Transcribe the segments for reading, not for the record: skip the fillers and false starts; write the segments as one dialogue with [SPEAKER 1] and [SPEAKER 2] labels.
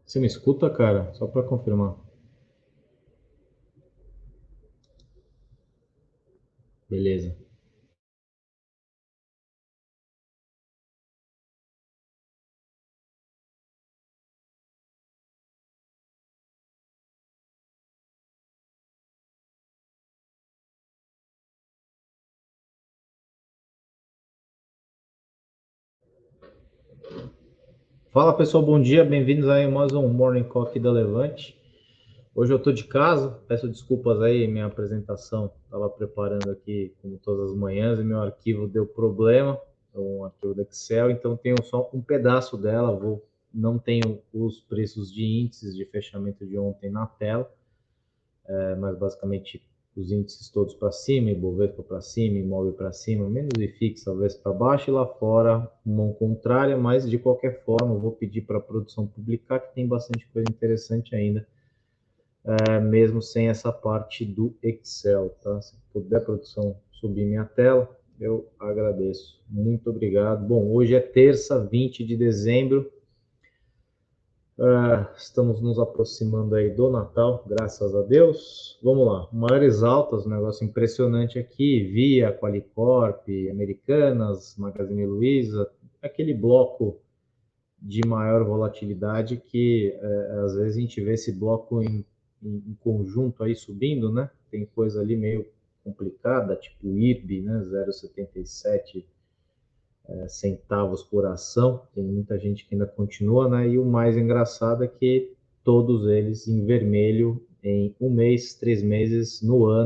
[SPEAKER 1] Você me escuta, cara? Só para confirmar. Beleza. Fala pessoal, bom dia, bem-vindos aí a mais um Morning Call aqui da Levante. Hoje eu tô de casa, peço desculpas aí, minha apresentação estava preparando aqui como todas as manhãs e meu arquivo deu problema, um arquivo do Excel, então tenho só um pedaço dela, não tenho os preços de índices de fechamento de ontem na tela, mas basicamente os índices todos para cima, Ibovespa para cima, imóvel para cima, menos IFIX talvez para baixo, e lá fora mão contrária, mas de qualquer forma eu vou pedir para a produção publicar, que tem bastante coisa interessante ainda, mesmo sem essa parte do Excel, tá? Se puder, produção, subir minha tela, eu agradeço. Muito obrigado. Bom, hoje é terça, 20 de dezembro, estamos nos aproximando aí do Natal, graças a Deus. Vamos lá, maiores altas, um negócio impressionante aqui, Via, Qualicorp, Americanas, Magazine Luiza, aquele bloco de maior volatilidade que às vezes a gente vê esse bloco em conjunto aí subindo, né? Tem coisa ali meio complicada, tipo o IRB, né? 0,77 centavos por ação, tem muita gente que ainda continua, né? E o mais engraçado é que todos eles em vermelho em um mês, 3 meses,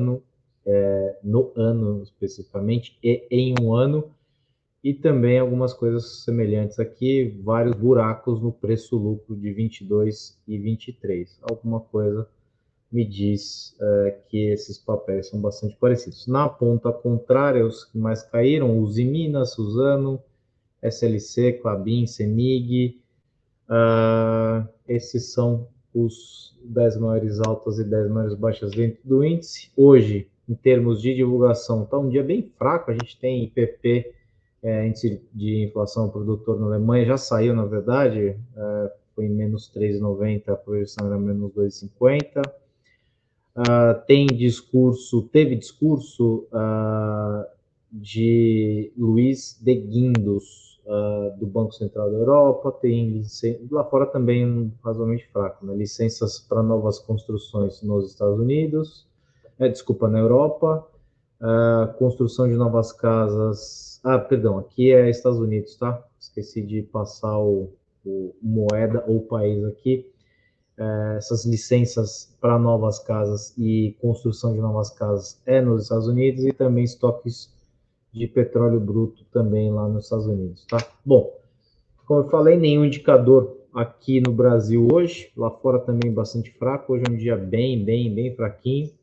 [SPEAKER 1] no ano especificamente, e em um ano, e também algumas coisas semelhantes aqui, vários buracos no preço-lucro de 22 e 23. Alguma coisa me diz que esses papéis são bastante parecidos. Na ponta contrária, os que mais caíram, Usiminas, Suzano, SLC, Clabin, Semig, esses são os 10 maiores altas e 10 maiores baixas dentro do índice. Hoje, em termos de divulgação, está um dia bem fraco, a gente tem IPP, índice de inflação ao produtor na Alemanha, já saiu, na verdade, foi em menos 3,90, a projeção era menos 2,50. Teve discurso de Luiz de Guindos, do Banco Central da Europa, tem lá fora também razoavelmente fraco, né? Licenças para novas construções nos Estados Unidos, na Europa, construção de novas casas, perdão, aqui é Estados Unidos, tá? Esqueci de passar o moeda ou país aqui, essas licenças para novas casas e construção de novas casas nos Estados Unidos, e também estoques de petróleo bruto também lá nos Estados Unidos, tá? Bom, como eu falei, nenhum indicador aqui no Brasil hoje, lá fora também bastante fraco, hoje é um dia bem fraquinho.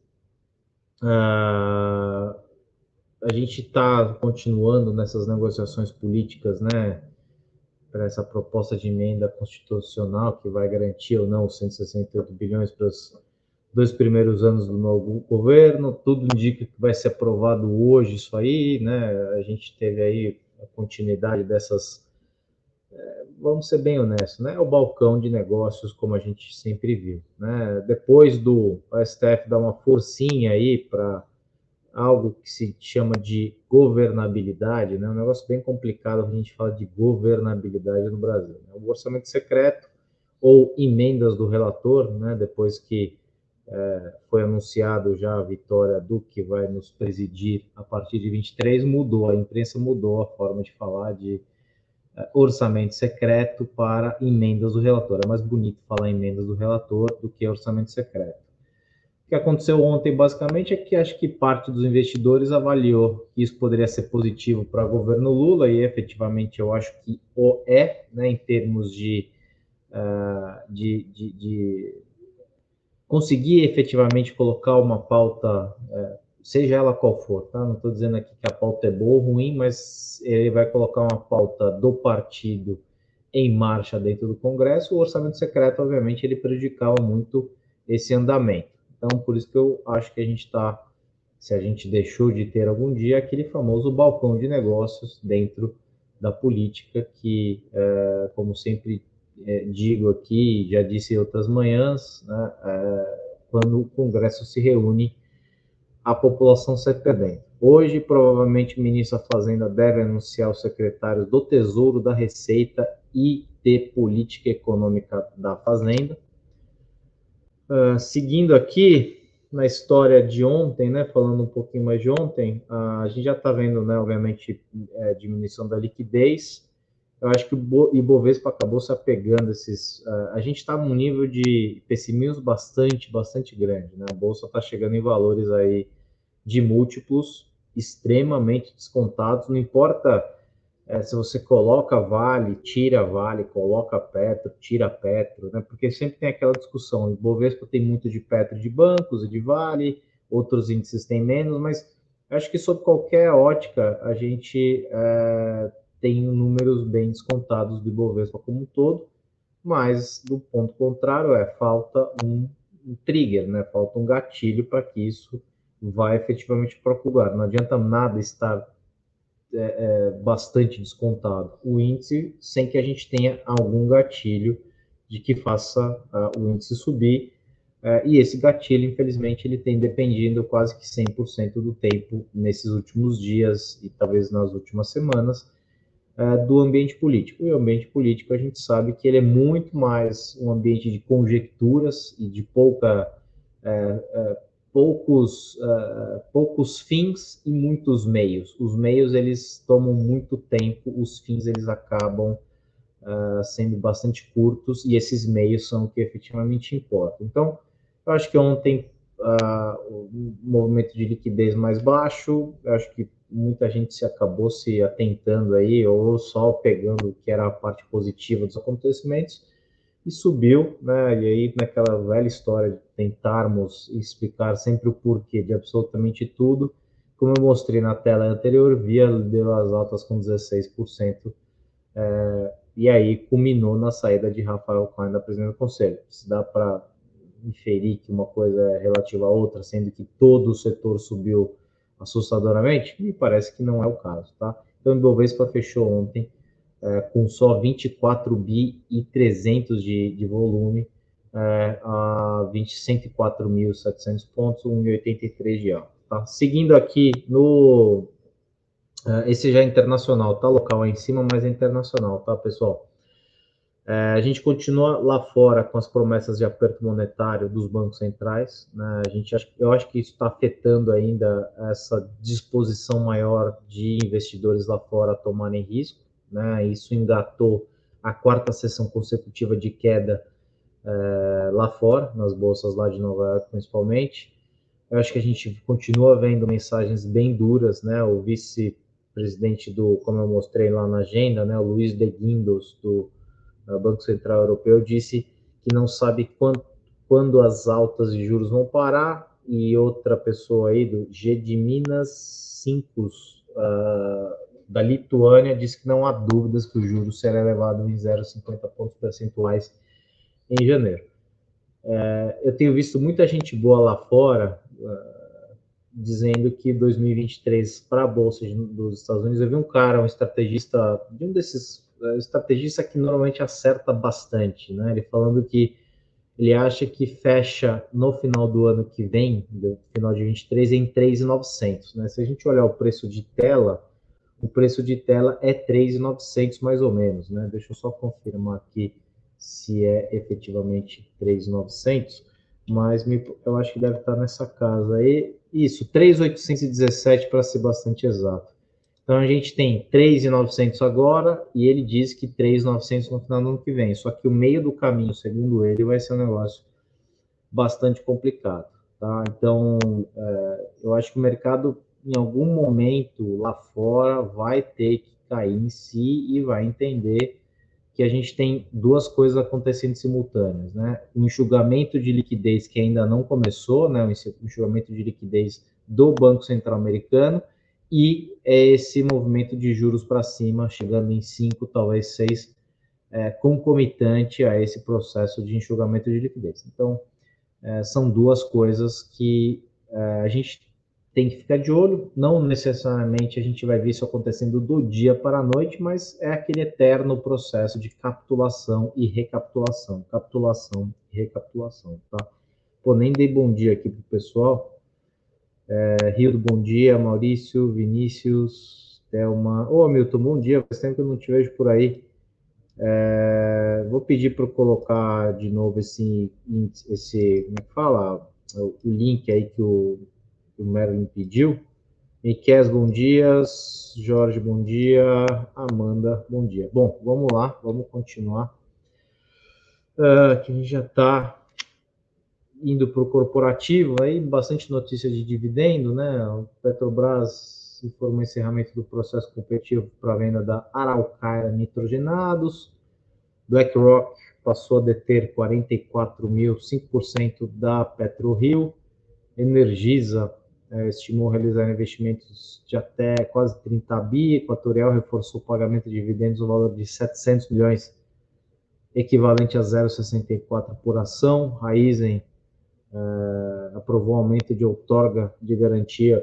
[SPEAKER 1] A gente está continuando nessas negociações políticas, né, para essa proposta de emenda constitucional que vai garantir ou não os 168 bilhões para os 2 primeiros anos do novo governo. Tudo indica que vai ser aprovado hoje isso aí, né? A gente teve aí a continuidade dessas, vamos ser bem honestos, né? O balcão de negócios como a gente sempre viu, né? Depois do STF dar uma forcinha aí para algo que se chama de governabilidade, né? Um negócio bem complicado a gente fala de governabilidade no Brasil, né? O orçamento secreto ou emendas do relator, né? Depois que foi anunciado já a vitória do que vai nos presidir a partir de 23, mudou, a imprensa mudou a forma de falar de orçamento secreto para emendas do relator. É mais bonito falar emendas do relator do que orçamento secreto. O que aconteceu ontem, basicamente, é que acho que parte dos investidores avaliou que isso poderia ser positivo para o governo Lula, e efetivamente eu acho que o é, né, em termos de conseguir efetivamente colocar uma pauta, seja ela qual for, tá? Não estou dizendo aqui que a pauta é boa ou ruim, mas ele vai colocar uma pauta do partido em marcha dentro do Congresso. O orçamento secreto, obviamente, ele prejudicava muito esse andamento. Então, por isso que eu acho que a gente está, se a gente deixou de ter algum dia, aquele famoso balcão de negócios dentro da política que, como sempre digo aqui, já disse em outras manhãs, né, quando o Congresso se reúne, a população sai perdendo. Hoje, provavelmente, o ministro da Fazenda deve anunciar os secretários do Tesouro, da Receita e de Política Econômica da Fazenda. Seguindo aqui na história de ontem, né, falando um pouquinho mais de ontem, a gente já está vendo, né, obviamente, diminuição da liquidez. Eu acho que o Ibovespa acabou se apegando a esses... a gente está num nível de pessimismo bastante grande, né? A Bolsa está chegando em valores aí de múltiplos extremamente descontados, não importa se você coloca Vale, tira Vale, coloca Petro, tira Petro, né? Porque sempre tem aquela discussão, o Bovespa tem muito de Petro de bancos e de Vale, outros índices têm menos, mas acho que sob qualquer ótica a gente tem números bem descontados do Ibovespa como um todo, mas do ponto contrário falta um trigger, né? Falta um gatilho para que isso vá efetivamente para o lugar. Não adianta nada estar bastante descontado o índice sem que a gente tenha algum gatilho de que faça o índice subir. E esse gatilho, infelizmente, ele tem dependido quase que 100% do tempo nesses últimos dias e talvez nas últimas semanas do ambiente político. E o ambiente político, a gente sabe que ele é muito mais um ambiente de conjecturas e de poucos fins e muitos meios. Os meios, eles tomam muito tempo, os fins, eles acabam sendo bastante curtos, e esses meios são o que efetivamente importam. Então, eu acho que ontem o movimento de liquidez mais baixo, eu acho que muita gente se acabou se atentando aí, ou só pegando o que era a parte positiva dos acontecimentos, e subiu, né? E aí, naquela velha história de tentarmos explicar sempre o porquê de absolutamente tudo, como eu mostrei na tela anterior, deu as altas com 16%, e aí culminou na saída de Rafael Klein da presidência do Conselho. Se dá para inferir que uma coisa é relativa à outra, sendo que todo o setor subiu assustadoramente, me parece que não é o caso, tá? Então, o Ibovespa fechou ontem com só 24 bi e 300 de volume, a 104.700 pontos, 1,83 de alta. Tá? Seguindo aqui no... esse já é internacional, tá? Local aí em cima, mas é internacional, tá, pessoal? A gente continua lá fora com as promessas de aperto monetário dos bancos centrais, né? Eu acho que isso está afetando ainda essa disposição maior de investidores lá fora a tomarem risco, né? Isso engatou a quarta sessão consecutiva de queda lá fora, nas bolsas lá de Nova York principalmente. Eu acho que a gente continua vendo mensagens bem duras, né? O vice-presidente como eu mostrei lá na agenda, né? O Luiz de Guindos, do Banco Central Europeu, disse que não sabe quando as altas de juros vão parar, e outra pessoa aí, do Gediminas Sinkus, da Lituânia, disse que não há dúvidas que o juros será elevado em 0,50 pontos percentuais em janeiro. Eu tenho visto muita gente boa lá fora dizendo que 2023 para a Bolsa dos Estados Unidos, eu vi um cara, um estrategista, de um desses estrategistas que normalmente acerta bastante, né? Ele falando que ele acha que fecha no final do ano que vem, no final de 23, em 3.900, né? Se a gente olhar o preço de tela é 3.900 mais ou menos, né? Deixa eu só confirmar aqui se é efetivamente 3.900, mas eu acho que deve estar nessa casa aí. Isso, 3.817 para ser bastante exato. Então a gente tem 3.900 agora, e ele diz que 3.900 no final do ano que vem. Só que o meio do caminho, segundo ele, vai ser um negócio bastante complicado, tá? Então, eu acho que o mercado, em algum momento lá fora, vai ter que cair em si e vai entender que a gente tem duas coisas acontecendo simultâneas, né? O enxugamento de liquidez que ainda não começou, né? O enxugamento de liquidez do Banco Central americano, e esse movimento de juros para cima, chegando em 5, talvez 6, concomitante a esse processo de enxugamento de liquidez. Então, são duas coisas que a gente tem que ficar de olho. Não necessariamente a gente vai ver isso acontecendo do dia para a noite, mas é aquele eterno processo de capitulação e recapitulação, capitulação e recapitulação, tá? Pô, nem dei bom dia aqui pro pessoal. Rio do bom dia, Maurício, Vinícius, Thelma. Ô, Milton, bom dia, faz tempo que eu não te vejo por aí. Vou pedir para colocar de novo esse, como é que fala? O link aí que o Merlin pediu. Miquel, bom dia. Jorge, bom dia. Amanda, bom dia. Bom, vamos lá, vamos continuar. Que a gente já está indo para o corporativo, aí bastante notícia de dividendo, né? O Petrobras informou o encerramento do processo competitivo para a venda da Araucária Nitrogenados. BlackRock passou a deter 44.005% da PetroRio. Energisa estimou realizar investimentos de até quase 30 bi. Equatorial reforçou o pagamento de dividendos no valor de 700 milhões, equivalente a 0,64 por ação. Raízen aprovou aumento de outorga de garantia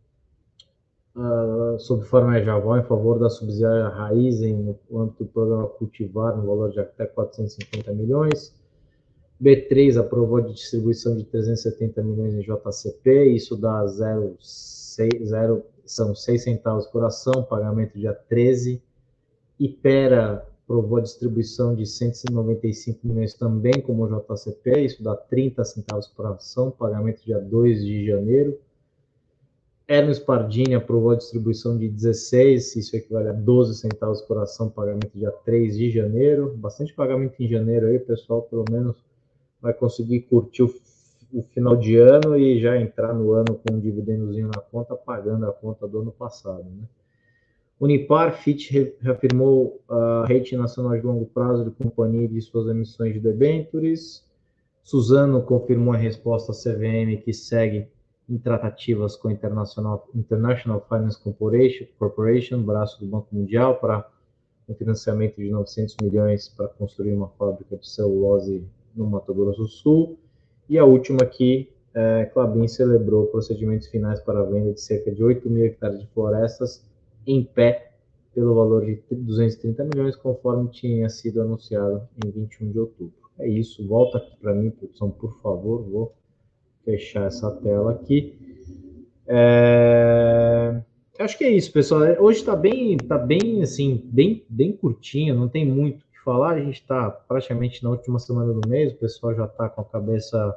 [SPEAKER 1] sob forma de aval em favor da subsidiária Raízen no âmbito do programa Cultivar, no valor de até 450 milhões. B3 aprovou a distribuição de 370 milhões em JCP, isso dá 0,6, são 6 centavos por ação, pagamento dia 13. Ipera aprovou a distribuição de 195 milhões também como JCP, isso dá 30 centavos por ação, pagamento dia 2 de janeiro. Hermes Pardini aprovou a distribuição de 16, isso equivale a 12 centavos por ação, pagamento dia 3 de janeiro. Bastante pagamento em janeiro aí, pessoal, pelo menos vai conseguir curtir o final de ano e já entrar no ano com um dividendozinho na conta, pagando a conta do ano passado, né? Unipar, Fitch reafirmou a rating nacional de longo prazo de companhia de suas emissões de debêntures. Suzano confirmou a resposta à CVM que segue em tratativas com a International Finance Corporation, braço do Banco Mundial, para um financiamento de 900 milhões para construir uma fábrica de celulose no Mato Grosso do Sul. E a última aqui, Klabin celebrou procedimentos finais para a venda de cerca de 8 mil hectares de florestas em pé pelo valor de 230 milhões, conforme tinha sido anunciado em 21 de outubro. É isso, volta aqui para mim, produção, por favor, vou fechar essa tela aqui. Acho que é isso, pessoal. Hoje está bem, assim, bem curtinho, não tem muito o que falar. A gente está praticamente na última semana do mês, o pessoal já está com a cabeça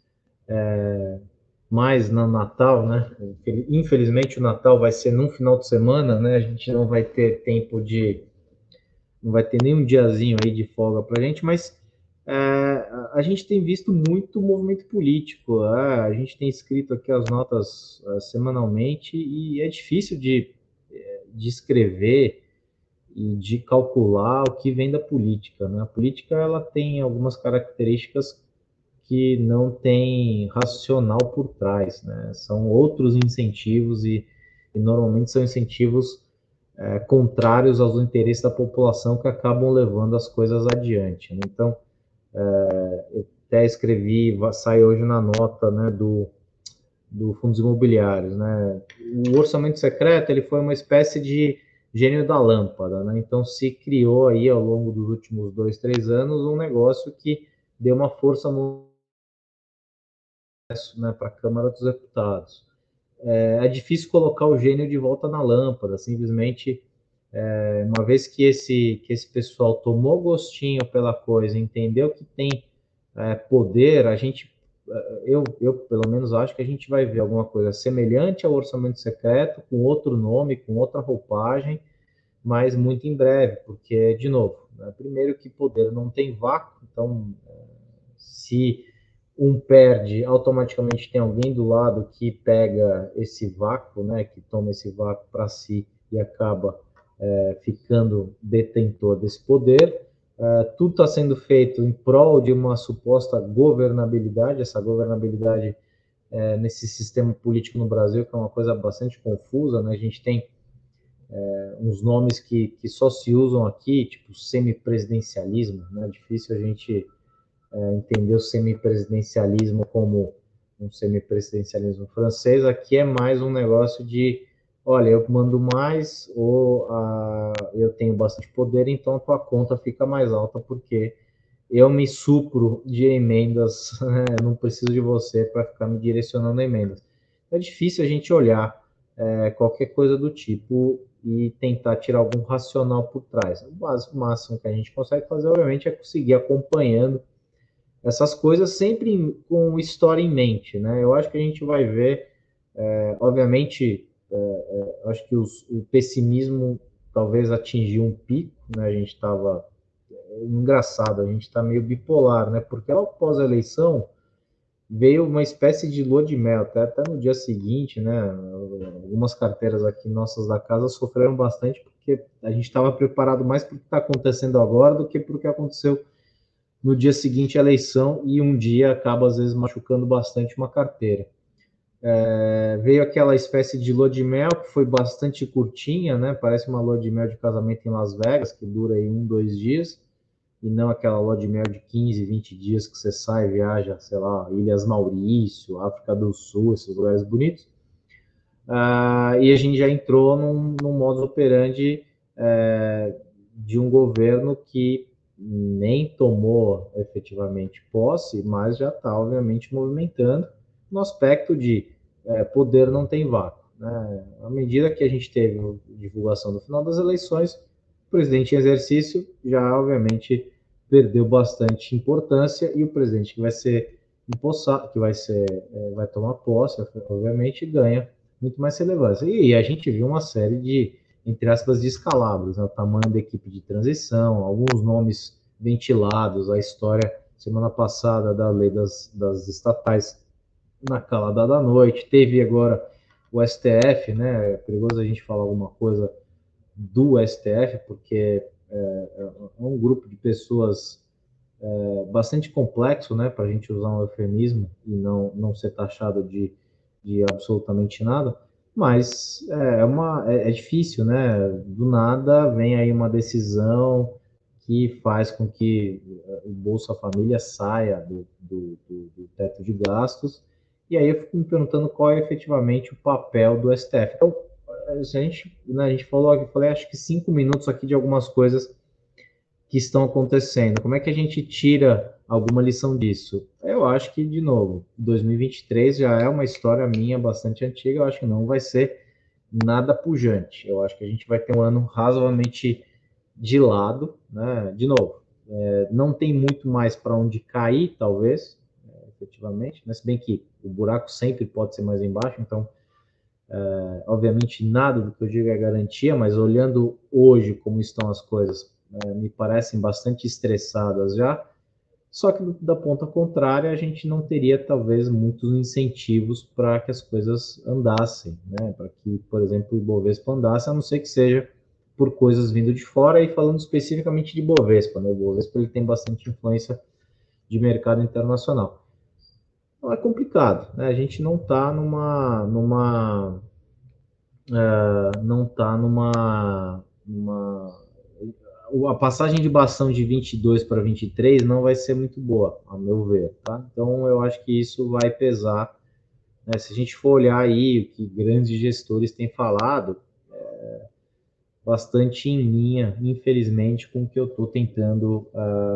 [SPEAKER 1] mais no Natal, né? Infelizmente o Natal vai ser num final de semana, né? A gente não vai ter tempo não vai ter nenhum diazinho aí de folga para a gente, mas a gente tem visto muito movimento político. A gente tem escrito aqui as notas semanalmente e é difícil de escrever e de calcular o que vem da política, né? A política ela tem algumas características que não tem racional por trás, né? São outros incentivos e normalmente são incentivos contrários aos interesses da população que acabam levando as coisas adiante, né? Então, eu até escrevi, sai hoje na nota, né, do fundos imobiliários, né? O orçamento secreto ele foi uma espécie de gênio da lâmpada, né? Então se criou aí ao longo dos últimos 2, 3 anos um negócio que deu uma força no, né, para a Câmara dos Deputados. É difícil colocar o gênio de volta na lâmpada, simplesmente uma vez que esse pessoal tomou gostinho pela coisa, entendeu que tem poder, eu pelo menos acho que a gente vai ver alguma coisa semelhante ao orçamento secreto, com outro nome, com outra roupagem, mas muito em breve, porque, de novo, né, primeiro que poder não tem vácuo, então se um perde, automaticamente tem alguém do lado que pega esse vácuo, né, que toma esse vácuo para si e acaba ficando detentor desse poder. Tudo está sendo feito em prol de uma suposta governabilidade, essa governabilidade nesse sistema político no Brasil, que é uma coisa bastante confusa, né? A gente tem uns nomes que só se usam aqui, tipo semipresidencialismo, né? É difícil a gente entender o semipresidencialismo como um semipresidencialismo francês. Aqui é mais um negócio de, olha, eu mando mais ou eu tenho bastante poder, então a tua conta fica mais alta porque eu me supro de emendas, né? Não preciso de você para ficar me direcionando emendas. É difícil a gente olhar qualquer coisa do tipo e tentar tirar algum racional por trás. O máximo que a gente consegue fazer, obviamente, é conseguir acompanhando essas coisas sempre com história em mente, né? Eu acho que a gente vai ver, obviamente, acho que o pessimismo talvez atingiu um pico, né? A gente estava engraçado, a gente está meio bipolar, né? Porque logo após a eleição veio uma espécie de lua de mel, até no dia seguinte, né? Algumas carteiras aqui nossas da casa sofreram bastante porque a gente estava preparado mais para o que está acontecendo agora do que para o que aconteceu no dia seguinte à eleição e um dia acaba às vezes machucando bastante uma carteira. Veio aquela espécie de lua de mel que foi bastante curtinha, né? Parece uma lua de mel de casamento em Las Vegas, que dura aí 1, 2 dias, e não aquela lua de mel de 15, 20 dias que você sai, viaja, sei lá, Ilhas Maurício, África do Sul, esses lugares bonitos. E a gente já entrou num modus operandi de um governo que nem tomou efetivamente posse, mas já está, obviamente, movimentando no aspecto de poder não tem vácuo. Né? À medida que a gente teve a divulgação do final das eleições, o presidente em exercício já, obviamente, perdeu bastante importância e o presidente que vai ser empossado, que vai tomar posse, obviamente, ganha muito mais relevância. E a gente viu uma série de, entre aspas, descalabros, né? O tamanho da equipe de transição, alguns nomes ventilados, a história semana passada da lei das estatais na calada da noite, teve agora o STF, né? É perigoso a gente falar alguma coisa do STF, porque é um grupo de pessoas bastante complexo, né, para a gente usar um eufemismo e não ser taxado de absolutamente nada, mas é difícil, né? Do nada vem aí uma decisão que faz com que o Bolsa Família saia do teto de gastos, e aí eu fico me perguntando qual é efetivamente o papel do STF. Então, se a gente, né, a gente falou aqui, falei acho que 5 minutos aqui de algumas coisas que estão acontecendo. Como é que a gente tira alguma lição disso? Eu acho que, de novo, 2023 já é uma história minha bastante antiga, eu acho que não vai ser nada pujante. Eu acho que a gente vai ter um ano razoavelmente de lado, né? De novo, não tem muito mais para onde cair, talvez, efetivamente, mas se bem que o buraco sempre pode ser mais embaixo, então, obviamente, nada do que eu digo é garantia, mas olhando hoje como estão as coisas, me parecem bastante estressadas já. Só que da ponta contrária, a gente não teria talvez muitos incentivos para que as coisas andassem, né? Para que, por exemplo, o Bovespa andasse, a não ser que seja por coisas vindo de fora, e falando especificamente de Bovespa, né? O Bovespa ele tem bastante influência de mercado internacional. Então é complicado, né? A gente não está não está a passagem de bastão de 22 para 23 não vai ser muito boa, a meu ver, tá? Então eu acho que isso vai pesar, né? Se a gente for olhar aí o que grandes gestores têm falado, bastante em linha, infelizmente, com o que eu estou tentando,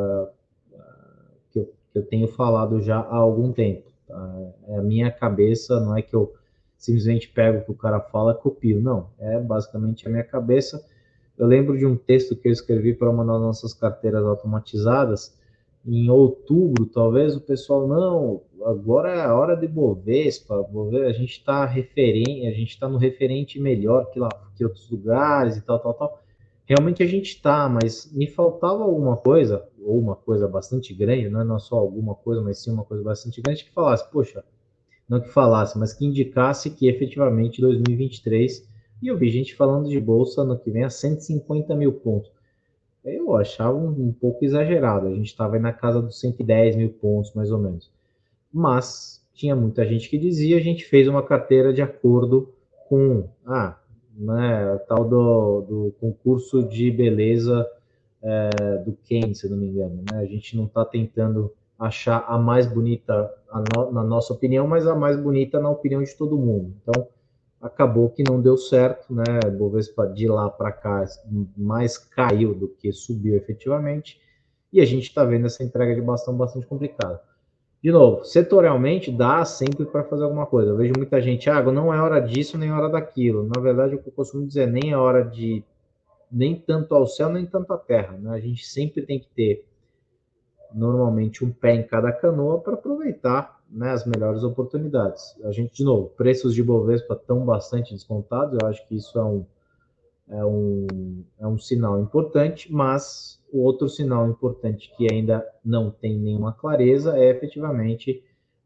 [SPEAKER 1] que eu tenho falado já há algum tempo. Tá? É a minha cabeça, não é que eu simplesmente pego o que o cara fala e copio, não. É basicamente a minha cabeça. Eu lembro de um texto que eu escrevi para uma das nossas carteiras automatizadas, em outubro, talvez, o pessoal, não, agora é a hora de Bovespa, a gente está a gente está no referente melhor que lá que outros lugares e tal, tal, tal. Realmente a gente está, mas me faltava alguma coisa, ou uma coisa bastante grande, não é só alguma coisa, mas sim uma coisa bastante grande, que falasse, poxa, não que falasse, mas que indicasse que efetivamente 2023, e eu vi gente falando de bolsa no que vem a 150 mil pontos. Eu achava um pouco exagerado, a gente estava na casa dos 110 mil pontos, mais ou menos. Mas tinha muita gente que dizia, a gente fez uma carteira de acordo com né, tal do concurso de beleza do Ken, se não me engano. Né? A gente não está tentando achar a mais bonita na nossa opinião, mas a mais bonita na opinião de todo mundo. Então, acabou que não deu certo, né? O Bovespa de lá para cá mais caiu do que subiu efetivamente, e a gente está vendo essa entrega de bastão bastante complicada. De novo, setorialmente dá sempre para fazer alguma coisa. Eu vejo muita gente, não é hora disso nem hora daquilo. Na verdade, o que eu costumo dizer, nem é hora de nem tanto ao céu, nem tanto à terra. Né? A gente sempre tem que ter, normalmente, um pé em cada canoa para aproveitar, né, as melhores oportunidades. A gente, de novo, preços de Bovespa estão bastante descontados, eu acho que isso é um sinal importante, mas o outro sinal importante que ainda não tem nenhuma clareza é efetivamente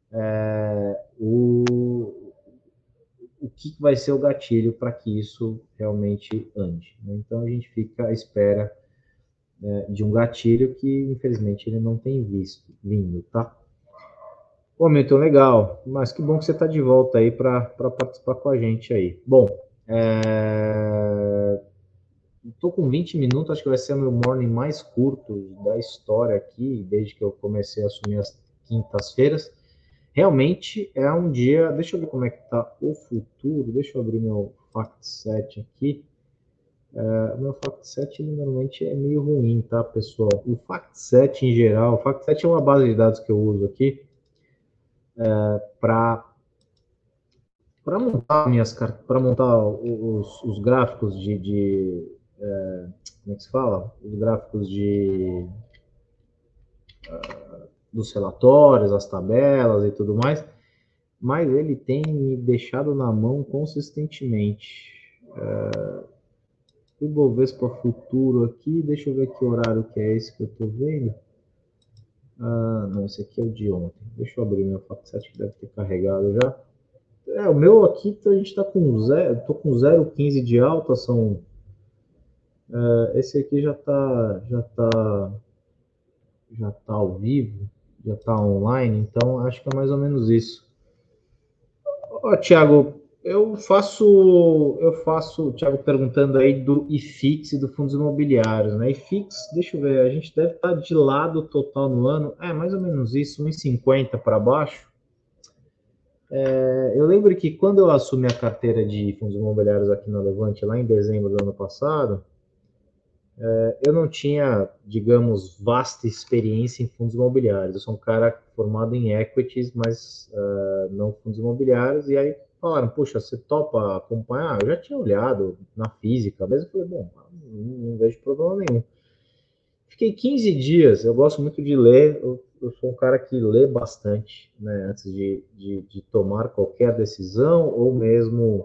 [SPEAKER 1] o que vai ser o gatilho para que isso realmente ande. Né? Então a gente fica à espera de um gatilho que infelizmente ele não tem vindo, tá? Pô, Milton, legal, mas que bom que você está de volta aí para participar com a gente aí. Bom, estou com 20 minutos, acho que vai ser o meu morning mais curto da história aqui, desde que eu comecei a assumir as quintas-feiras. Realmente é um dia. Deixa eu ver como é que tá o futuro. Deixa eu abrir meu FactSet aqui. O meu FactSet normalmente é meio ruim, tá, pessoal? O FactSet em geral, o FactSet é uma base de dados que eu uso aqui para para montar os gráficos como é que se fala? Os gráficos dos relatórios, as tabelas e tudo mais, mas ele tem me deixado na mão consistentemente. O Bovespa futuro aqui, deixa eu ver que horário que é esse que eu estou vendo. Não, esse aqui é o de ontem. Deixa eu abrir meu FactSet que deve ter carregado já. O meu aqui a gente está com zero, tô com 0,15 de alta, esse aqui já tá ao vivo, já está online, então acho que é mais ou menos isso. Thiago, o Thiago perguntando aí do IFIX e do fundos imobiliários, né? IFIX, deixa eu ver, a gente deve estar de lado total no ano, mais ou menos isso, 1,50 para baixo. Eu lembro que quando eu assumi a carteira de fundos imobiliários aqui na Levante, lá em dezembro do ano passado, eu não tinha, digamos, vasta experiência em fundos imobiliários. Eu sou um cara formado em equities, mas não fundos imobiliários. E aí falaram, puxa, você topa acompanhar? Eu já tinha olhado na física, mesmo falei, bom, não vejo problema nenhum. Fiquei 15 dias, eu gosto muito de ler, eu sou um cara que lê bastante, né, antes de tomar qualquer decisão ou mesmo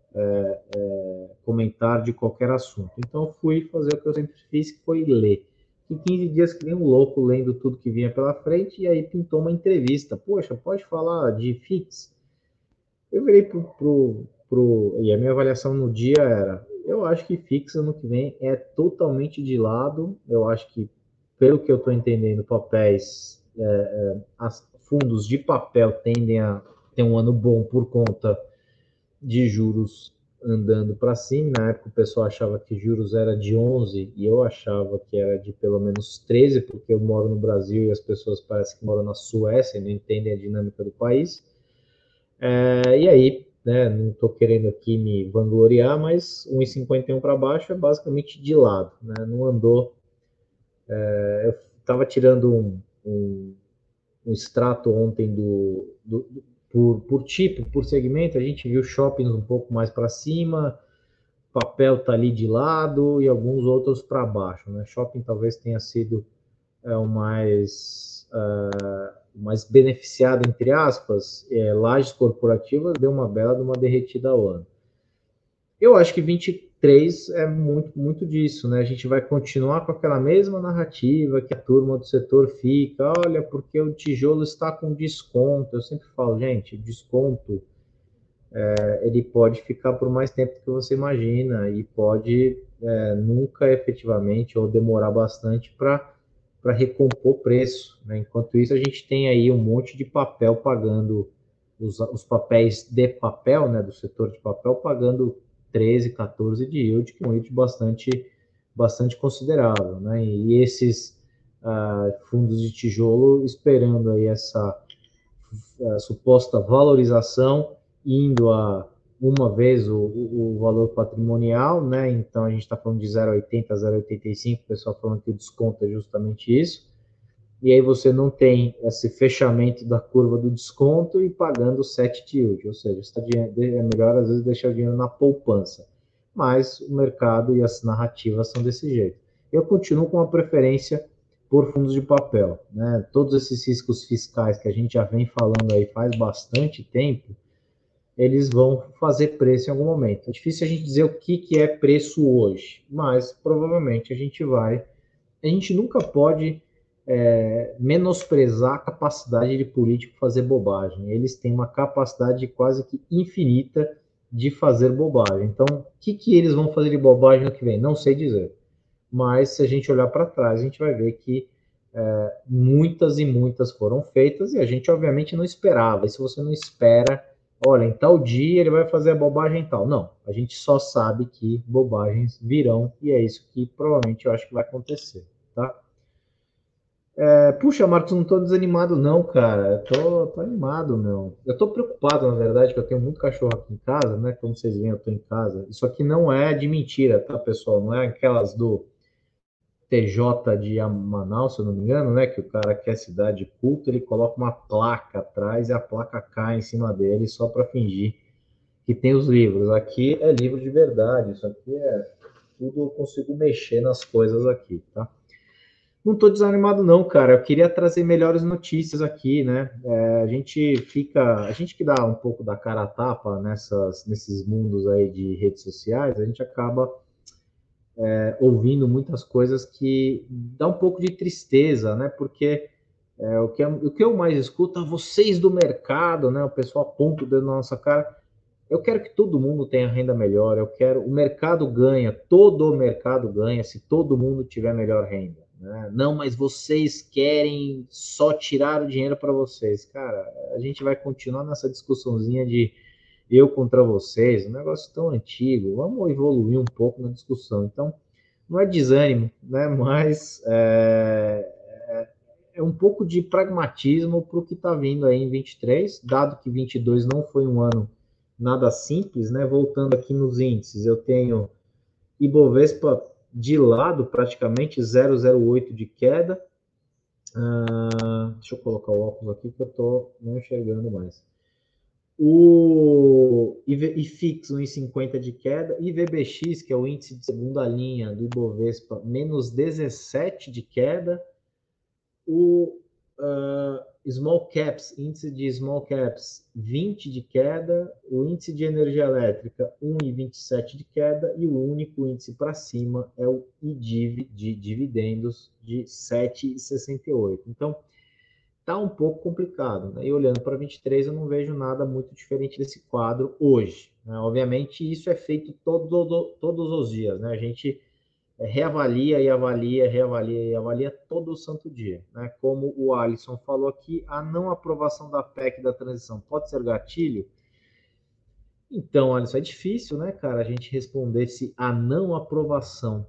[SPEAKER 1] comentar de qualquer assunto. Então fui fazer o que eu sempre fiz, que foi ler. Em 15 dias que nem um louco lendo tudo que vinha pela frente e aí pintou uma entrevista. Poxa, pode falar de FIX? Eu virei e a minha avaliação no dia era, eu acho que FIX ano que vem é totalmente de lado. Eu acho que, pelo que eu estou entendendo, papéis, fundos de papel tendem a ter um ano bom por conta de juros andando para cima. Na época o pessoal achava que juros era de 11 e eu achava que era de pelo menos 13, porque eu moro no Brasil e as pessoas parecem que moram na Suécia e não entendem a dinâmica do país. E aí, né, não estou querendo aqui me vangloriar, mas 1,51 para baixo é basicamente de lado, né, não andou. Eu estava tirando um extrato ontem por tipo, por segmento, a gente viu shoppings um pouco mais para cima, papel está ali de lado e alguns outros para baixo. Né? Shopping talvez tenha sido o mais beneficiado, entre aspas. Lajes corporativas deu uma bela de uma derretida ao ano. Eu acho que 23 é muito, muito disso, né? A gente vai continuar com aquela mesma narrativa que a turma do setor fica, olha, porque o tijolo está com desconto. Eu sempre falo, gente, desconto ele pode ficar por mais tempo do que você imagina e pode nunca efetivamente ou demorar bastante para recompor preço. Né? Enquanto isso, a gente tem aí um monte de papel pagando, os papéis de papel, né, do setor de papel, pagando 13, 14 de yield, que é um yield bastante considerável. Né? E esses fundos de tijolo esperando aí essa suposta valorização, indo a uma vez o valor patrimonial, né? Então a gente está falando de 0,80 a 0,85, o pessoal falando que o desconto é justamente isso. E aí você não tem esse fechamento da curva do desconto e pagando 7 yield, ou seja, é melhor às vezes deixar o dinheiro na poupança. Mas o mercado e as narrativas são desse jeito. Eu continuo com a preferência por fundos de papel, né? Todos esses riscos fiscais que a gente já vem falando aí faz bastante tempo, eles vão fazer preço em algum momento. É difícil a gente dizer o que é preço hoje, mas provavelmente a gente nunca pode menosprezar a capacidade de político fazer bobagem. Eles têm uma capacidade quase que infinita de fazer bobagem. Então, o que eles vão fazer de bobagem no que vem? Não sei dizer. Mas se a gente olhar para trás, a gente vai ver que muitas e muitas foram feitas e a gente obviamente não esperava. E se você não espera, olha, em tal dia ele vai fazer a bobagem tal. Não, a gente só sabe que bobagens virão e é isso que provavelmente eu acho que vai acontecer, tá? Puxa, Marcos, não tô desanimado não, cara. Eu tô animado, meu. Eu tô preocupado, na verdade, que eu tenho muito cachorro aqui em casa, né? Como vocês veem, eu tô em casa. Isso aqui não é de mentira, tá, pessoal? Não é aquelas do TJ de Manaus, se eu não me engano, né? Que o cara quer cidade de culto, ele coloca uma placa atrás e a placa cai em cima dele só para fingir que tem os livros. Aqui é livro de verdade. Isso aqui é tudo, eu consigo mexer nas coisas aqui, tá? Não estou desanimado, não, cara. Eu queria trazer melhores notícias aqui, né? A gente que dá um pouco da cara a tapa nesses mundos aí de redes sociais, a gente acaba ouvindo muitas coisas que dá um pouco de tristeza, né? Porque o que eu mais escuto é vocês do mercado, né? O pessoal aponta o dedo na nossa cara. Eu quero que todo mundo tenha renda melhor. O mercado ganha, todo o mercado ganha se todo mundo tiver melhor renda. Né? Não, mas vocês querem só tirar o dinheiro para vocês. Cara, a gente vai continuar nessa discussãozinha de eu contra vocês, um negócio tão antigo. Vamos evoluir um pouco na discussão. Então, não é desânimo, né? Mas é um pouco de pragmatismo para o que está vindo aí em 23, dado que 22 não foi um ano nada simples, né? Voltando aqui nos índices, eu tenho Ibovespa de lado, praticamente 0,08 de queda. Deixa eu colocar o óculos aqui que eu estou não enxergando mais. O IFIX 1,50 de queda, IVBX, que é o índice de segunda linha do Ibovespa, menos 17 de queda. O Small Caps, índice de Small Caps 20 de queda, o índice de energia elétrica 1,27 de queda e o único índice para cima é o IDIV de dividendos de 7,68. Então, tá um pouco complicado, né? E olhando para 23, eu não vejo nada muito diferente desse quadro hoje, né? Obviamente, isso é feito todos os dias, né? A gente reavalia e avalia, reavalia e avalia todo o santo dia. Né? Como o Alisson falou aqui, a não aprovação da PEC da transição pode ser gatilho? Então, Alisson, é difícil, né, cara, a gente responder se a não aprovação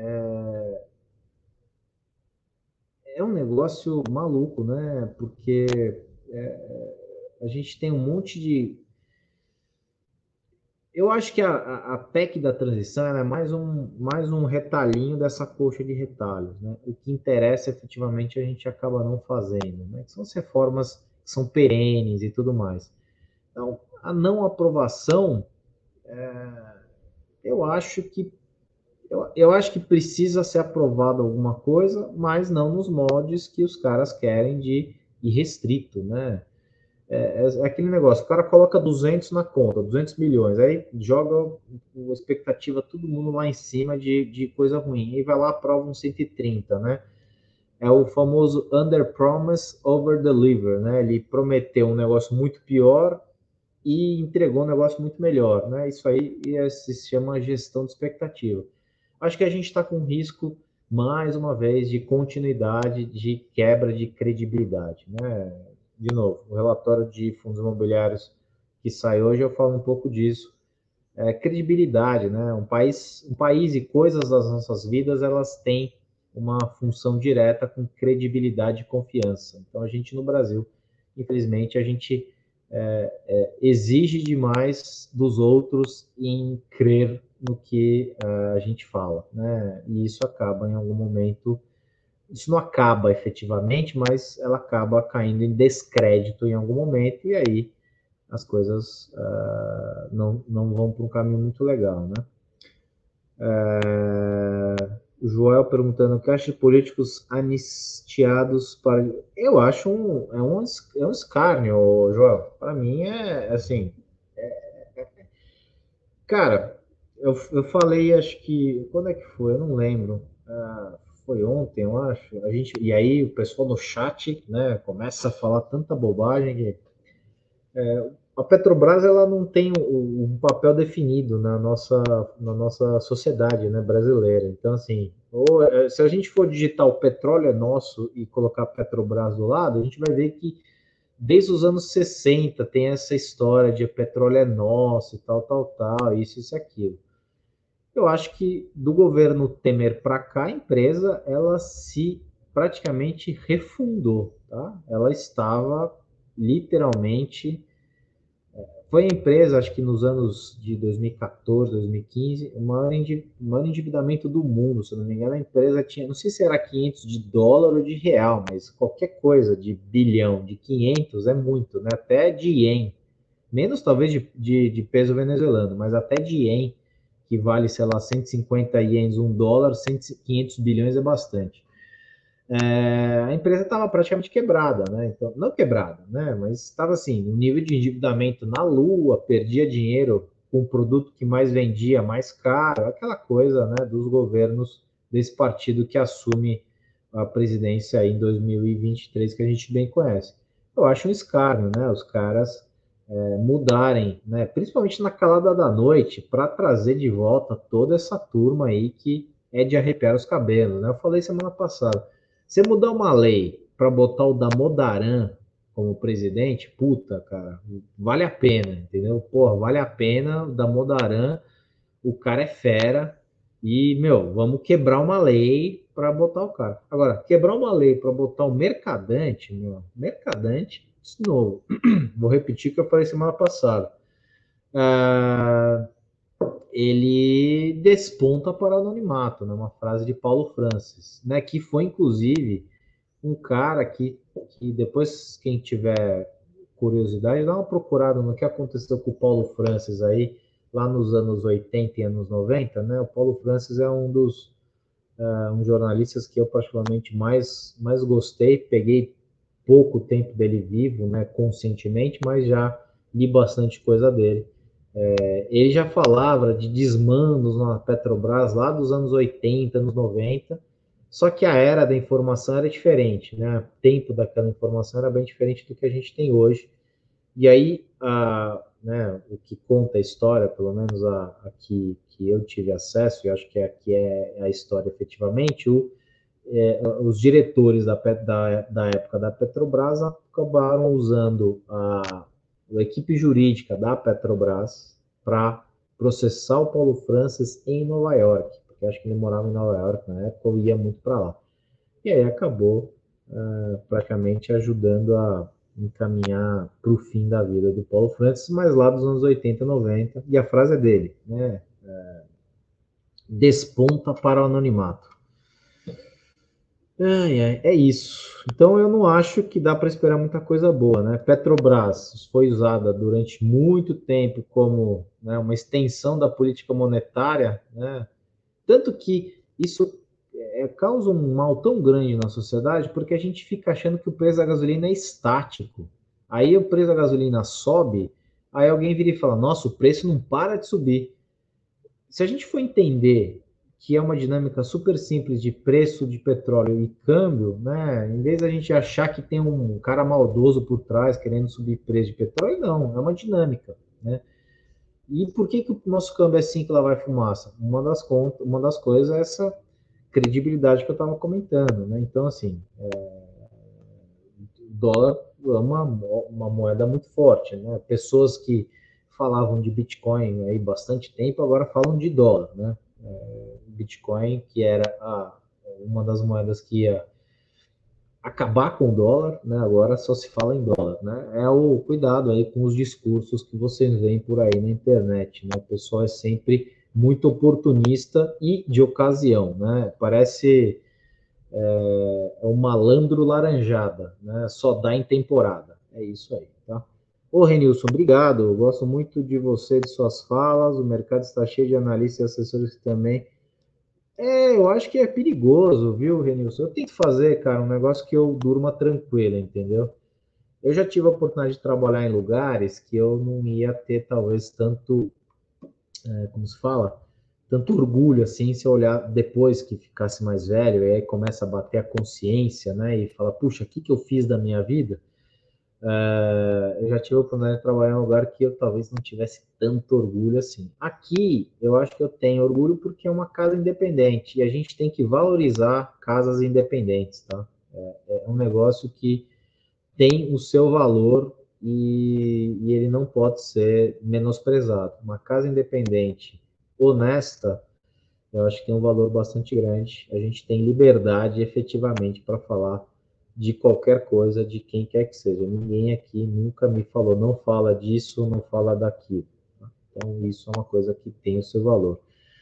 [SPEAKER 1] é um negócio maluco, né? Porque a gente tem um monte de. Eu acho que a PEC da transição é mais um retalhinho dessa coxa de retalhos. Né? O que interessa efetivamente a gente acaba não fazendo. Né? São as reformas que são perenes e tudo mais. Então, a não aprovação, eu acho que eu acho que precisa ser aprovado alguma coisa, mas não nos moldes que os caras querem de irrestrito, né? É aquele negócio, o cara coloca 200 na conta, 200 milhões, aí joga a expectativa, todo mundo lá em cima de coisa ruim, e vai lá, aprova um 130, né? É o famoso under promise, over deliver, né? Ele prometeu um negócio muito pior e entregou um negócio muito melhor, né? Isso aí se chama gestão de expectativa. Acho que a gente está com um risco, mais uma vez, de continuidade, de quebra de credibilidade, né? De novo, o relatório de fundos imobiliários que sai hoje, eu falo um pouco disso. Credibilidade, né? Um país e coisas das nossas vidas, elas têm uma função direta com credibilidade e confiança. Então, a gente no Brasil, infelizmente, a gente exige demais dos outros em crer no que a gente fala, né? E isso acaba em algum momento, isso não acaba efetivamente, mas ela acaba caindo em descrédito em algum momento, e aí as coisas não vão para um caminho muito legal, né? O Joel perguntando o que acha de políticos anistiados para. Eu acho é um escárnio, Joel. Para mim é assim. Cara, eu falei, acho que. Quando é que foi? Eu não lembro. Foi ontem, eu acho. E aí o pessoal no chat, né, começa a falar tanta bobagem que a Petrobras ela não tem um papel definido na nossa sociedade, né, brasileira. Então, assim, se a gente for digitar o petróleo é nosso e colocar Petrobras do lado, a gente vai ver que desde os anos 60 tem essa história de petróleo é nosso e tal, isso e aquilo. Eu acho que do governo Temer para cá, a empresa ela se praticamente refundou, tá? Ela estava literalmente foi a empresa, acho que nos anos de 2014, 2015, o maior endividamento do mundo, se eu não me engano. A empresa tinha, não sei se era 500 de dólar ou de real, mas qualquer coisa de bilhão, de 500 é muito, né? Até de ien. Menos talvez de peso venezuelano, mas até de ien, que vale, sei lá, 150 ienes, um dólar, 500 bilhões é bastante. A empresa estava praticamente quebrada, né? Então, não quebrada, né? Mas estava assim, um nível de endividamento na lua, perdia dinheiro com o produto que mais vendia, mais caro, aquela coisa, né, dos governos desse partido que assume a presidência aí em 2023, que a gente bem conhece. Eu acho um escárnio, né? Os caras mudarem, né? Principalmente na calada da noite, para trazer de volta toda essa turma aí que é de arrepiar os cabelos, né? Eu falei semana passada. Você mudar uma lei para botar o Damodaran como presidente, puta, cara, vale a pena, entendeu? Porra, vale a pena. O Damodaran, o cara é fera e, meu, vamos quebrar uma lei para botar o cara. Agora, quebrar uma lei para botar o Mercadante, meu, Mercadante, de novo, vou repetir o que eu falei semana passada. Ah, ele desponta para o anonimato, né? Uma frase de Paulo Francis, né? Que foi, inclusive, um cara que depois, quem tiver curiosidade, dá uma procurada no que aconteceu com o Paulo Francis aí, lá nos anos 80 e anos 90, né? O Paulo Francis é um jornalistas que eu particularmente mais gostei, peguei pouco tempo dele vivo, né, conscientemente, mas já li bastante coisa dele. Ele já falava de desmandos na Petrobras lá dos anos 80, anos 90, só que a era da informação era diferente, né? O tempo daquela informação era bem diferente do que a gente tem hoje. E aí, né, o que conta a história, pelo menos a que eu tive acesso, e acho que aqui é a história efetivamente, os diretores da época da Petrobras acabaram usando a equipe jurídica da Petrobras para processar o Paulo Francis em Nova York, porque acho que ele morava em Nova York na época, ou ia muito para lá. E aí acabou praticamente ajudando a encaminhar para o fim da vida do Paulo Francis, mas lá dos anos 80, 90, e a frase é dele, né? Desponta para o anonimato. É isso. Então eu não acho que dá para esperar muita coisa boa, né? Petrobras foi usada durante muito tempo como, né, uma extensão da política monetária, né? Tanto que isso causa um mal tão grande na sociedade porque a gente fica achando que o preço da gasolina é estático. Aí o preço da gasolina sobe, aí alguém vira e fala: Nossa, o preço não para de subir. Se a gente for entender que é uma dinâmica super simples de preço de petróleo e câmbio, né? Em vez da gente achar que tem um cara maldoso por trás querendo subir preço de petróleo, não, é uma dinâmica, né? E por que o nosso câmbio é assim que lá vai fumaça? Uma das coisas é essa credibilidade que eu estava comentando, né? Então, assim, o dólar é uma moeda muito forte, né? Pessoas que falavam de Bitcoin aí bastante tempo agora falam de dólar, né? Bitcoin, que era uma das moedas que ia acabar com o dólar, né? Agora só se fala em dólar, né? É o cuidado aí com os discursos que vocês veem por aí na internet, né? O pessoal é sempre muito oportunista e de ocasião, né? Parece um malandro laranjada, né? Só dá em temporada. É isso aí, tá? Ô, Renilson, obrigado. Eu gosto muito de você, de suas falas. O mercado está cheio de analistas e assessores que também. Eu acho que é perigoso, viu, Renilson? Eu tento fazer, cara, um negócio que eu durma tranquilo, entendeu? Eu já tive a oportunidade de trabalhar em lugares que eu não ia ter, talvez, tanto, como se fala, tanto orgulho, assim, se eu olhar depois que ficasse mais velho, e aí começa a bater a consciência, né, e fala, puxa, o que que eu fiz da minha vida? Eu já tive a oportunidade de trabalhar em um lugar que eu talvez não tivesse tanto orgulho assim. Aqui, eu acho que eu tenho orgulho porque é uma casa independente, e a gente tem que valorizar casas independentes, tá? É um negócio que tem o seu valor e ele não pode ser menosprezado. Uma casa independente, honesta, eu acho que tem um valor bastante grande. A gente tem liberdade efetivamente para falar de qualquer coisa, de quem quer que seja. Ninguém aqui nunca me falou, não fala disso, não fala daquilo. Então, isso é uma coisa que tem o seu valor.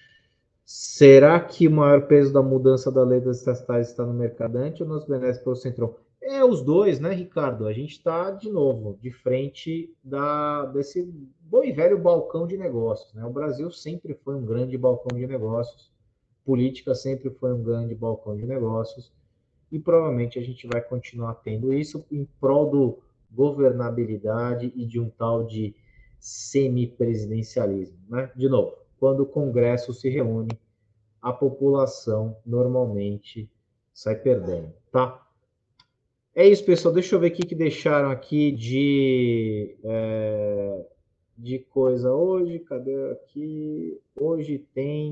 [SPEAKER 1] Será que o maior peso da mudança da lei das estatais está no mercadante ou nos benéficos para o Centrão? É os dois, né, Ricardo? A gente está, de novo, de frente desse bom e velho balcão de negócios. Né? O Brasil sempre foi um grande balcão de negócios, política sempre foi um grande balcão de negócios, e provavelmente a gente vai continuar tendo isso em prol do governabilidade e de um tal de semipresidencialismo. Né? De novo, quando o Congresso se reúne, a população normalmente sai perdendo, tá? É isso, pessoal. Deixa eu ver o que deixaram aqui de coisa hoje. Cadê aqui? Hoje tem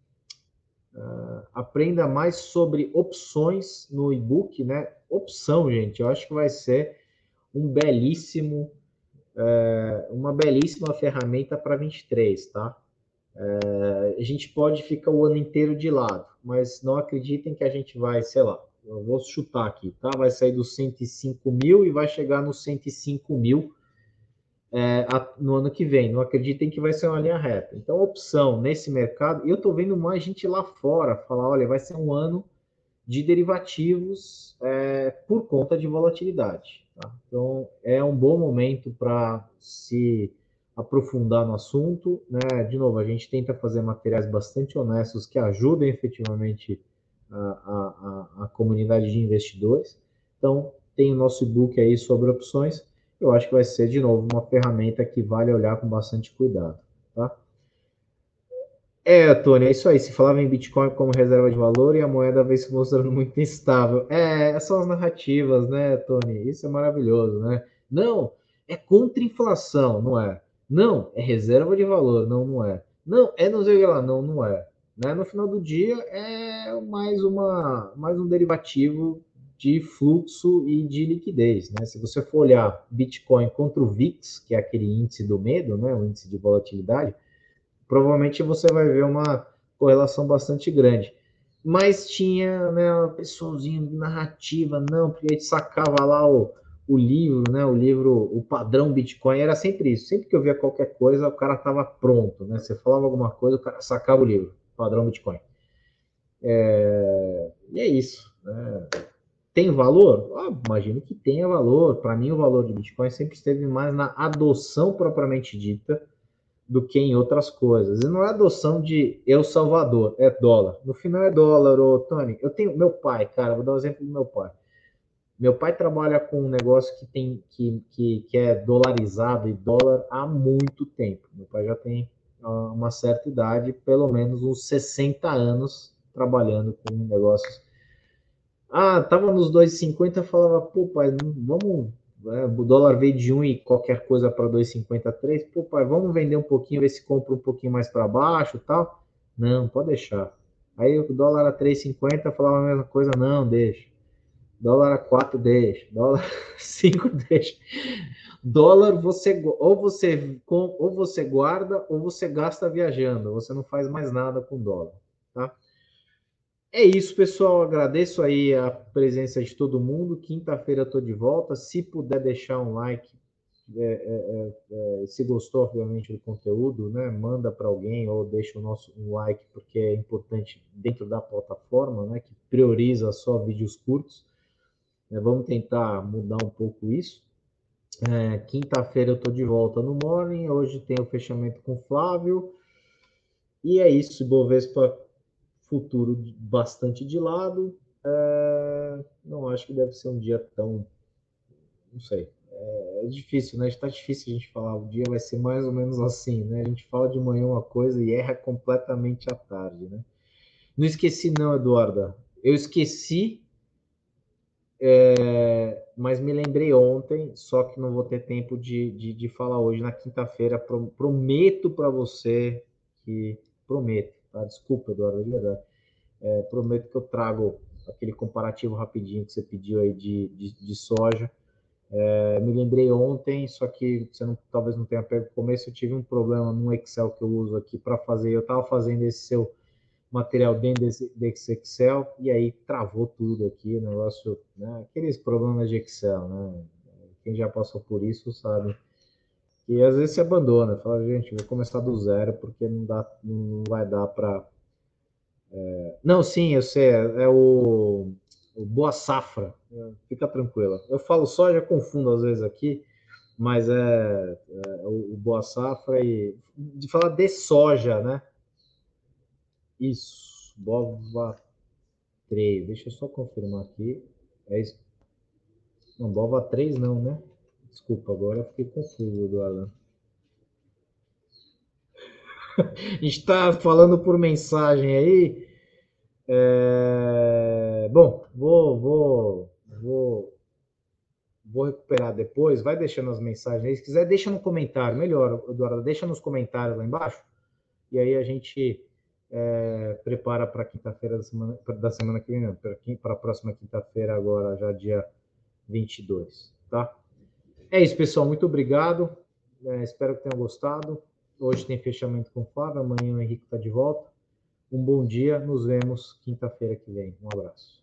[SPEAKER 1] aprenda mais sobre opções no e-book, né? Opção, gente, eu acho que vai ser um belíssimo, uma belíssima ferramenta para 23, tá? A gente pode ficar o ano inteiro de lado, mas não acreditem que a gente vai, sei lá, eu vou chutar aqui, tá? Vai sair dos 105 mil e vai chegar nos 105 mil no ano que vem. Não acreditem que vai ser uma linha reta. Então, opção nesse mercado, e eu estou vendo mais gente lá fora falar, olha, vai ser um ano de derivativos por conta de volatilidade. Tá? Então, é um bom momento para se aprofundar no assunto. Né? De novo, a gente tenta fazer materiais bastante honestos que ajudem efetivamente a comunidade de investidores. Então, tem o nosso e-book aí sobre opções. Eu acho que vai ser, de novo, uma ferramenta que vale olhar com bastante cuidado. Tá? Tony, é isso aí. Se falava em Bitcoin como reserva de valor e a moeda vem se mostrando muito instável. São as narrativas, né, Tony? Isso é maravilhoso, né? Não, é contra-inflação, não é? Não, é reserva de valor, não, não é. Não, é não sei o que lá, não, não é. Né? No final do dia, é mais um derivativo de fluxo e de liquidez, né? Se você for olhar Bitcoin contra o VIX, que é aquele índice do medo, né, o índice de volatilidade, provavelmente você vai ver uma correlação bastante grande. Mas tinha, né, uma pessoalzinha narrativa, não, porque a gente sacava lá o livro, né, o livro, o padrão Bitcoin, era sempre isso. Sempre que eu via qualquer coisa, o cara estava pronto, né? Você falava alguma coisa, o cara sacava o livro, padrão Bitcoin. E é isso. Né? Tem valor? Imagino que tenha valor. Para mim, o valor de Bitcoin sempre esteve mais na adoção propriamente dita do que em outras coisas. E não é adoção de El Salvador, é dólar. No final é dólar, ô Tony. Eu tenho meu pai, cara, vou dar um exemplo do meu pai. Meu pai trabalha com um negócio que é dolarizado e dólar há muito tempo. Meu pai já tem uma certa idade, pelo menos uns 60 anos trabalhando com negócios. Tava nos 2,50, falava, pô, pai, vamos. O dólar veio de 1 e qualquer coisa para 2,53. Pô, pai, vamos vender um pouquinho, ver se compra um pouquinho mais para baixo e tal. Não, pode deixar. Aí o dólar a 3,50 falava a mesma coisa, não, deixa. Dólar a 4, deixa. Dólar 5, deixa. Dólar ou você guarda ou você gasta viajando. Você não faz mais nada com dólar, tá? É isso, pessoal. Agradeço aí a presença de todo mundo. Quinta-feira eu estou de volta. Se puder deixar um like, se gostou, obviamente, do conteúdo, né? Manda para alguém ou deixa um like, porque é importante dentro da plataforma, né? Que prioriza só vídeos curtos. Vamos tentar mudar um pouco isso. Quinta-feira eu estou de volta no Morning. Hoje tem o fechamento com o Flávio. E é isso, Bovespa futuro bastante de lado. Não acho que deve ser um dia tão. Não sei. É difícil, né? Está difícil a gente falar. O dia vai ser mais ou menos assim, né? A gente fala de manhã uma coisa e erra completamente à tarde, né? Não esqueci, não, Eduarda. Eu esqueci, mas me lembrei ontem, só que não vou ter tempo de falar hoje. Na quinta-feira, prometo para você que. Prometo, tá? Desculpa, Eduardo, de verdade. Prometo que eu trago aquele comparativo rapidinho que você pediu aí de soja. Me lembrei ontem, só que você talvez não tenha pego o começo, eu tive um problema no Excel que eu uso aqui para fazer. Eu estava fazendo esse seu material dentro desse Excel e aí travou tudo aqui, o negócio, né? Aqueles problemas de Excel, né? Quem já passou por isso sabe. E às vezes se abandona, fala, gente, vou começar do zero porque não vai dar para. Não, sim, eu sei, é o Boa Safra, fica tranquila. Eu falo soja, confundo às vezes aqui, mas o Boa Safra e de falar de soja, né? Isso, Bova 3. Deixa eu só confirmar aqui. É isso. Não, Bova 3 não, né? Desculpa, agora eu fiquei confuso, Eduardo. A gente está falando por mensagem aí. Bom, vou recuperar depois. Vai deixando as mensagens aí. Se quiser, deixa no comentário. Melhor, Eduardo, deixa nos comentários lá embaixo. E aí a gente prepara para quinta-feira da semana que vem, para a próxima quinta-feira, agora já dia 22, tá? É isso, pessoal. Muito obrigado. Espero que tenham gostado. Hoje tem fechamento com o Flávio. Amanhã o Henrique está de volta. Um bom dia. Nos vemos quinta-feira que vem. Um abraço.